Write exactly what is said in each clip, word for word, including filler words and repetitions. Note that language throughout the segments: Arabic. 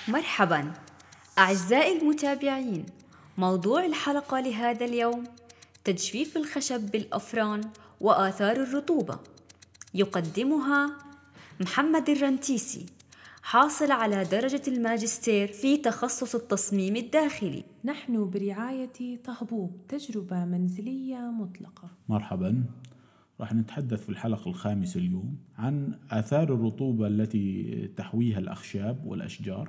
مرحباً أعزائي المتابعين. موضوع الحلقة لهذا اليوم تجفيف الخشب بالأفران وآثار الرطوبة. يقدمها محمد الرنتيسي، حاصل على درجة الماجستير في تخصص التصميم الداخلي. نحن برعاية طهبوب، تجربة منزلية مطلقة. مرحباً. راح نتحدث في الحلقة الخامسة اليوم عن آثار الرطوبة التي تحويها الأخشاب والأشجار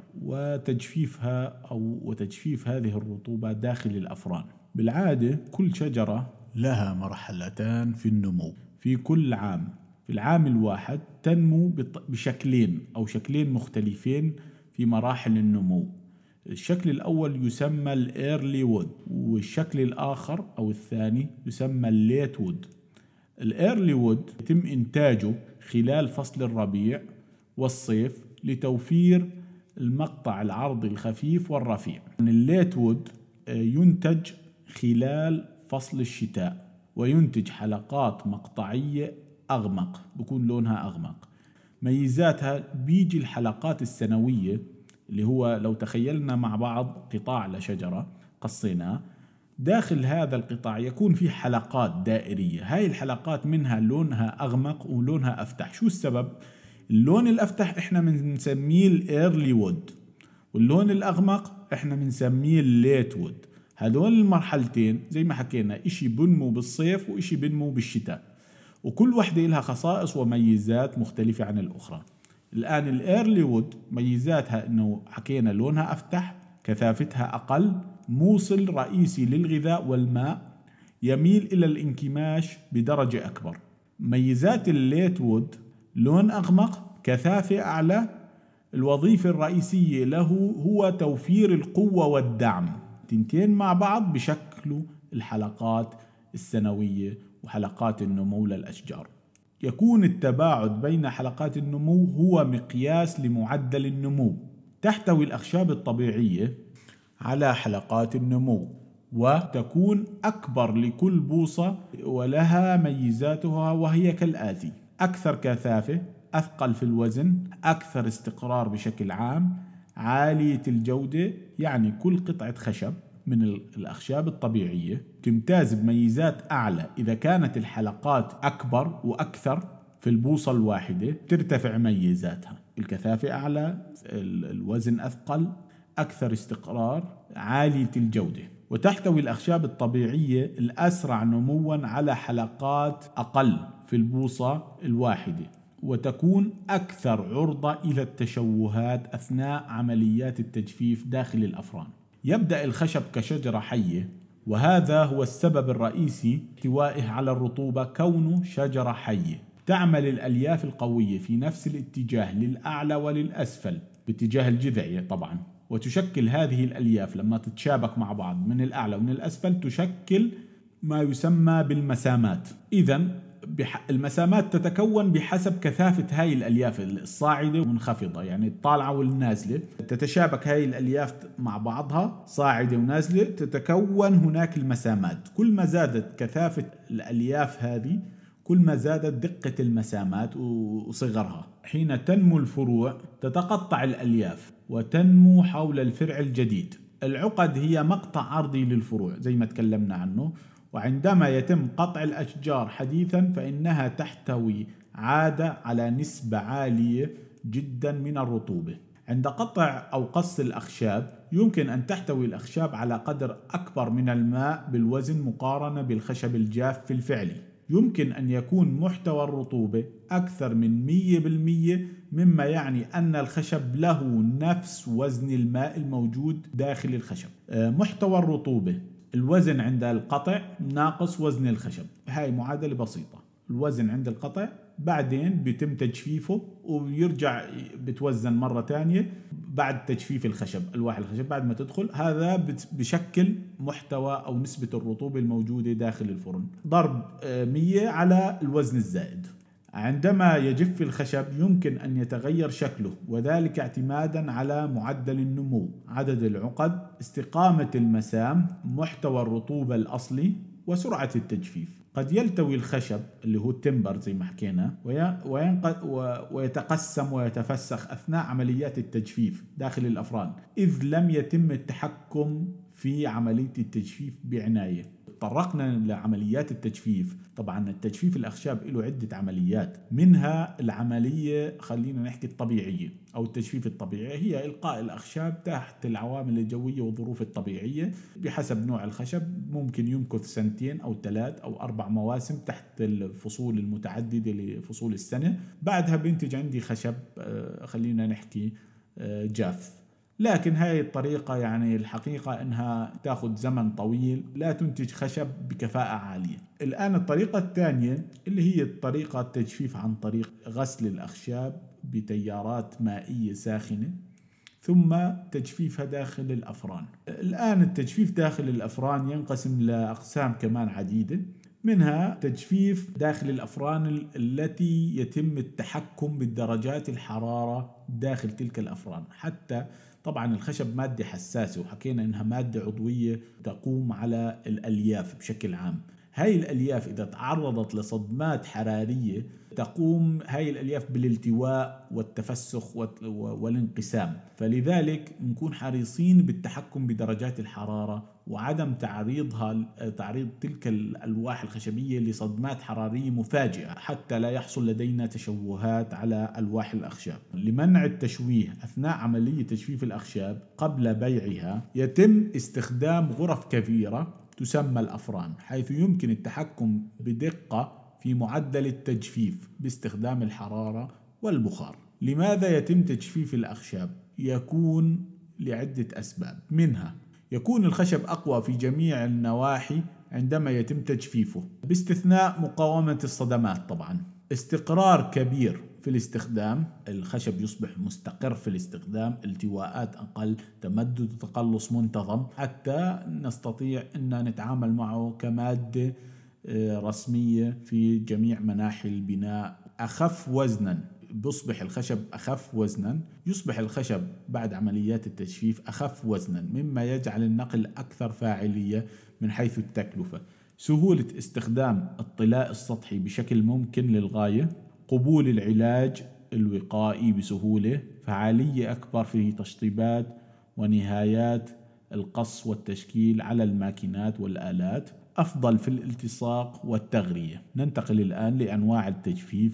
وتجفيفها أو وتجفيف هذه الرطوبة داخل الأفران. بالعادة كل شجرة لها مرحلتان في النمو في كل عام. في العام الواحد تنمو بشكلين أو شكلين مختلفين في مراحل النمو. الشكل الأول يسمى الإيرلي وود، والشكل الآخر أو الثاني يسمى الليت وود. الإيرلي وود يتم إنتاجه خلال فصل الربيع والصيف لتوفير المقطع العرضي الخفيف والرفيع. الليت وود ينتج خلال فصل الشتاء وينتج حلقات مقطعية أغمق، بكون لونها أغمق. ميزاتها بيجي الحلقات السنوية اللي هو لو تخيلنا مع بعض قطاع لشجرة قصيناه، داخل هذا القطاع يكون فيه حلقات دائرية. هاي الحلقات منها لونها أغمق ولونها أفتح. شو السبب؟ اللون الأفتح إحنا بنسميه الإيرلي وود، واللون الأغمق إحنا بنسميه الليت وود. هدول المرحلتين زي ما حكينا إشي بنمو بالصيف وإشي بنمو بالشتاء، وكل واحدة لها خصائص وميزات مختلفة عن الأخرى. الآن الإيرلي وود ميزاتها إنه حكينا لونها أفتح، كثافتها أقل، موصل رئيسي للغذاء والماء، يميل إلى الانكماش بدرجة أكبر. ميزات الليت وود لون أغمق، كثافة أعلى، الوظيفة الرئيسية له هو توفير القوة والدعم. تنتين مع بعض بشكل الحلقات السنوية وحلقات النمو للأشجار. يكون التباعد بين حلقات النمو هو مقياس لمعدل النمو. تحتوي الأخشاب الطبيعية على حلقات النمو وتكون أكبر لكل بوصة، ولها ميزاتها وهي كالآتي: أكثر كثافة، أثقل في الوزن، أكثر استقرار بشكل عام، عالية الجودة. يعني كل قطعة خشب من الأخشاب الطبيعية تمتاز بميزات أعلى إذا كانت الحلقات أكبر وأكثر في البوصة الواحدة، ترتفع ميزاتها. الكثافة أعلى، الوزن أثقل، أكثر استقرار، عالية الجودة. وتحتوي الأخشاب الطبيعية الأسرع نمواً على حلقات أقل في البوصة الواحدة، وتكون أكثر عرضة إلى التشوهات أثناء عمليات التجفيف داخل الأفران. يبدأ الخشب كشجرة حية، وهذا هو السبب الرئيسي احتوائه على الرطوبة، كونه شجرة حية. تعمل الألياف القوية في نفس الاتجاه للأعلى وللأسفل باتجاه الجذع طبعا، وتشكل هذه الألياف لما تتشابك مع بعض من الأعلى ومن الأسفل تشكل ما يسمى بالمسامات. إذن المسامات تتكون بحسب كثافة هاي الألياف الصاعدة والمنخفضة، يعني الطالعة والنازلة. تتشابك هاي الألياف مع بعضها صاعدة ونازلة، تتكون هناك المسامات. كل ما زادت كثافة الألياف هذه كل ما زادت دقة المسامات وصغرها. حين تنمو الفروع تتقطع الألياف وتنمو حول الفرع الجديد. العقد هي مقطع عرضي للفروع زي ما تكلمنا عنه، وعندما يتم قطع الأشجار حديثا فإنها تحتوي عادة على نسبة عالية جدا من الرطوبة. عند قطع أو قص الأخشاب يمكن أن تحتوي الأخشاب على قدر أكبر من الماء بالوزن مقارنة بالخشب الجاف الفعلي. يمكن أن يكون محتوى الرطوبة أكثر من مية بالمية، مما يعني أن الخشب له نفس وزن الماء الموجود داخل الخشب. محتوى الرطوبة، الوزن عند القطع ناقص وزن الخشب. هاي معادلة بسيطة. الوزن عند القطع، بعدين بيتم تجفيفه ويرجع بتوزن مرة تانية بعد تجفيف الخشب. ألواح الخشب بعد ما تدخل هذا بشكل محتوى أو نسبة الرطوبة الموجودة داخل الفرن، ضرب مية على الوزن الزائد. عندما يجف الخشب يمكن أن يتغير شكله، وذلك اعتمادا على معدل النمو، عدد العقد، استقامة المسام، محتوى الرطوبة الأصلي، وسرعة التجفيف. قد يلتوي الخشب اللي هو التمبر زي ما حكينا ويتقسم ويتفسخ أثناء عمليات التجفيف داخل الأفران إذ لم يتم التحكم في عملية التجفيف بعناية. طرقنا لعمليات التجفيف. طبعا التجفيف الأخشاب له عدة عمليات، منها العملية خلينا نحكي الطبيعية أو التجفيف الطبيعي، هي إلقاء الأخشاب تحت العوامل الجوية والظروف الطبيعية بحسب نوع الخشب. ممكن يمكث سنتين أو ثلاث أو أربع مواسم تحت الفصول المتعددة لفصول السنة، بعدها بينتج عندي خشب خلينا نحكي جاف. لكن هاي الطريقة يعني الحقيقة إنها تأخذ زمن طويل، لا تنتج خشب بكفاءة عالية. الآن الطريقة الثانية اللي هي طريقة التجفيف عن طريق غسل الأخشاب بتيارات مائية ساخنة ثم تجفيفها داخل الأفران. الآن التجفيف داخل الأفران ينقسم لأقسام كمان عديدة، منها تجفيف داخل الأفران التي يتم التحكم بدرجات الحرارة داخل تلك الأفران. حتى طبعا الخشب مادة حساسة، وحكينا إنها مادة عضوية تقوم على الألياف بشكل عام. هاي الألياف إذا تعرضت لصدمات حرارية تقوم هاي الألياف بالالتواء والتفسخ والانقسام، فلذلك نكون حريصين بالتحكم بدرجات الحرارة وعدم تعريضها تعريض تلك الألواح الخشبية لصدمات حرارية مفاجئة حتى لا يحصل لدينا تشوهات على ألواح الأخشاب. لمنع التشويه أثناء عملية تجفيف الأخشاب قبل بيعها يتم استخدام غرف كبيرة تسمى الأفران، حيث يمكن التحكم بدقة في معدل التجفيف باستخدام الحرارة والبخار. لماذا يتم تجفيف الأخشاب؟ يكون لعدة أسباب، منها يكون الخشب أقوى في جميع النواحي عندما يتم تجفيفه باستثناء مقاومة الصدمات. طبعا استقرار كبير في الاستخدام، الخشب يصبح مستقر في الاستخدام، التواءات أقل، تمدد وتقلص منتظم حتى نستطيع أن نتعامل معه كمادة رسمية في جميع مناحي البناء. أخف وزنا، بيصبح الخشب أخف وزنا، يصبح الخشب بعد عمليات التجفيف أخف وزنا مما يجعل النقل أكثر فاعلية من حيث التكلفة. سهولة استخدام الطلاء السطحي بشكل ممكن للغاية، قبول العلاج الوقائي بسهولة، فعالية أكبر في تشطيبات ونهايات القص والتشكيل على الماكينات والآلات، أفضل في الالتصاق والتغذية. ننتقل الآن لأنواع التجفيف.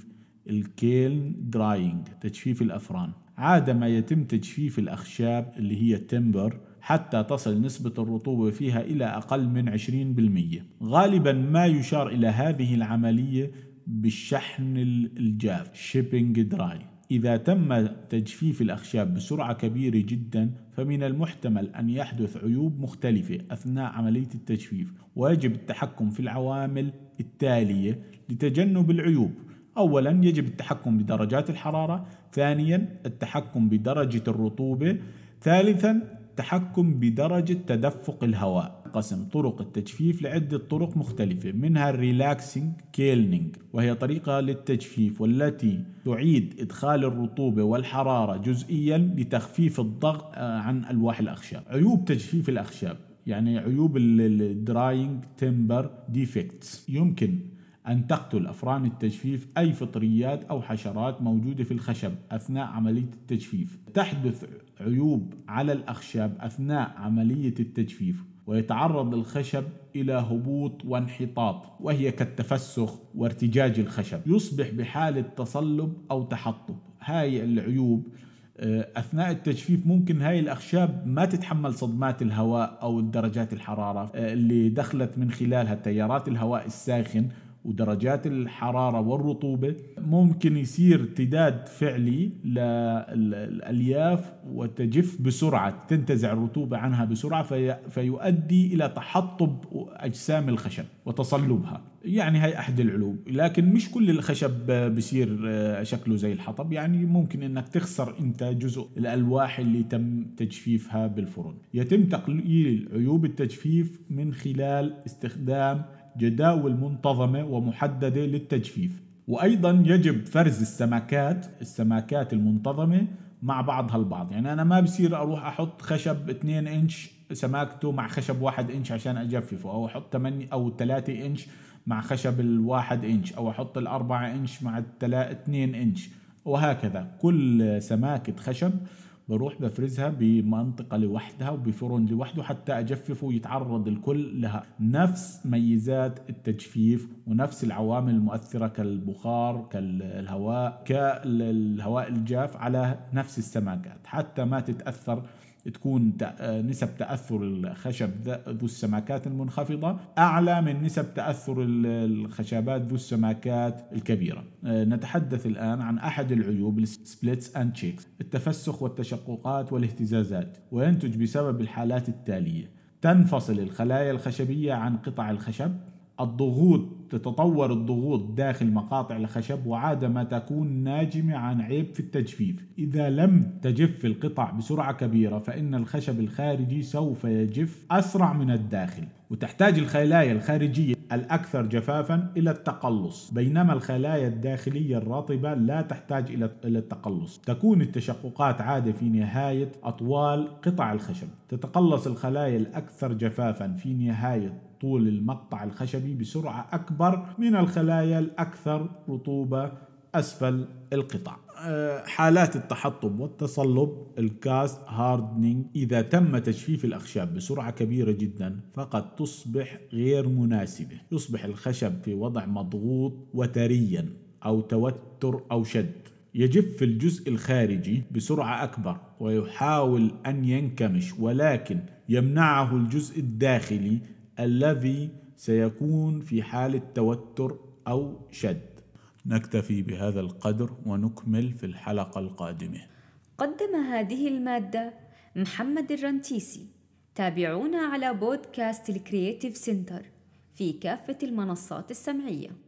الكيلن دراينج، تجفيف الأفران. عادة ما يتم تجفيف الأخشاب اللي هي التمبر حتى تصل نسبة الرطوبة فيها إلى أقل من عشرين بالمئة. غالبا ما يشار إلى هذه العملية بالشحن الجاف شيبينج دراي. إذا تم تجفيف الأخشاب بسرعة كبيرة جدا فمن المحتمل أن يحدث عيوب مختلفة أثناء عملية التجفيف، ويجب التحكم في العوامل التالية لتجنب العيوب. أولا يجب التحكم بدرجات الحرارة، ثانيا التحكم بدرجة الرطوبة، ثالثا التحكم بدرجة تدفق الهواء. قسم طرق التجفيف لعدة طرق مختلفة، منها الريلاكسينج كيلنينج وهي طريقة للتجفيف والتي تعيد إدخال الرطوبة والحرارة جزئيا لتخفيف الضغط عن ألواح الأخشاب. عيوب تجفيف الأخشاب يعني عيوب الدراينج تمبر ديفكتس، يمكن أن تقتل أفران التجفيف أي فطريات أو حشرات موجودة في الخشب أثناء عملية التجفيف. تحدث عيوب على الأخشاب أثناء عملية التجفيف ويتعرض الخشب إلى هبوط وانحطاط وهي كالتفسخ وارتجاج الخشب، يصبح بحالة تصلب أو تحطب. هاي العيوب أثناء التجفيف ممكن هاي الأخشاب ما تتحمل صدمات الهواء أو درجات الحرارة اللي دخلت من خلالها تيارات الهواء الساخن ودرجات الحرارة والرطوبة. ممكن يصير ارتداد فعلي للألياف وتجف بسرعة، تنتزع الرطوبة عنها بسرعة في فيؤدي إلى تحطب أجسام الخشب وتصلبها. يعني هاي أحد العيوب، لكن مش كل الخشب بصير شكله زي الحطب، يعني ممكن إنك تخسر أنت جزء الألواح اللي تم تجفيفها بالفرن. يتم تقليل عيوب التجفيف من خلال استخدام جداول منتظمة ومحددة للتجفيف. وأيضا يجب فرز السماكات السماكات المنتظمة مع بعضها البعض. يعني أنا ما بصير أروح أحط خشب اثنين إنش سماكته مع خشب واحد إنش عشان أجففه، أو أحط ثمانية أو ثلاثة إنش مع خشب الواحد إنش، أو أحط الأربعة إنش مع الثلاثة اثنين إنش، وهكذا. كل سماكة خشب بروح بفرزها بمنطقة لوحدها وبفرن لوحده حتى أجففه ويتعرض الكل لها. نفس ميزات التجفيف ونفس العوامل المؤثرة كالبخار كالهواء كالهواء الجاف على نفس السماكات، حتى ما تتأثر، تكون نسب تأثر الخشب ذو السماكات المنخفضة أعلى من نسب تأثر الخشبات ذو السماكات الكبيرة. نتحدث الآن عن أحد العيوب السبليتس أند تشيكس، التفسخ والتشققات والاهتزازات، وينتج بسبب الحالات التالية: تنفصل الخلايا الخشبية عن قطع الخشب، الضغوط تتطور الضغوط داخل مقاطع الخشب وعادة ما تكون ناجمة عن عيب في التجفيف. إذا لم تجف القطع بسرعة كبيرة فإن الخشب الخارجي سوف يجف أسرع من الداخل، وتحتاج الخلايا الخارجية الأكثر جفافا إلى التقلص، بينما الخلايا الداخلية الرطبة لا تحتاج إلى التقلص. تكون التشققات عادة في نهاية أطوال قطع الخشب، تتقلص الخلايا الأكثر جفافا في نهاية طول المقطع الخشبي بسرعة أكبر من الخلايا الأكثر رطوبة أسفل القطع. حالات التحطم والتصلب الكاست هاردنينج، إذا تم تجفيف الأخشاب بسرعة كبيرة جدا فقد تصبح غير مناسبة، يصبح الخشب في وضع مضغوط وتريا أو توتر أو شد، يجف الجزء الخارجي بسرعة أكبر ويحاول أن ينكمش، ولكن يمنعه الجزء الداخلي الذي سيكون في حالة توتر أو شد. نكتفي بهذا القدر ونكمل في الحلقة القادمة. قدم هذه المادة محمد الرنتيسي. تابعونا على بودكاست الكرياتيف سنتر في كافة المنصات السمعية.